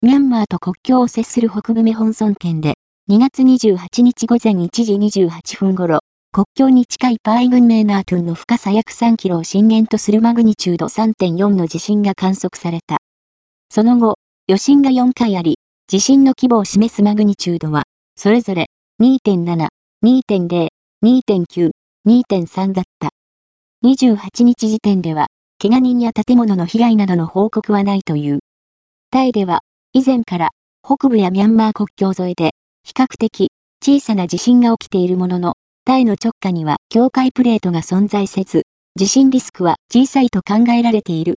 ミャンマーと国境を接する北部メホン村県で、2月28日午前1時28分頃、国境に近いパーイ郡メーナートゥンの深さ約3キロを震源とするマグニチュード 3.4 の地震が観測された。その後、余震が4回あり、地震の規模を示すマグニチュードは、それぞれ 2.7、2.0、2.9、2.3 だった。28日時点では、怪我人や建物の被害などの報告はないという。タイでは、以前から、北部やミャンマー国境沿いで、比較的、小さな地震が起きているものの、タイの直下には境界プレートが存在せず、地震リスクは小さいと考えられている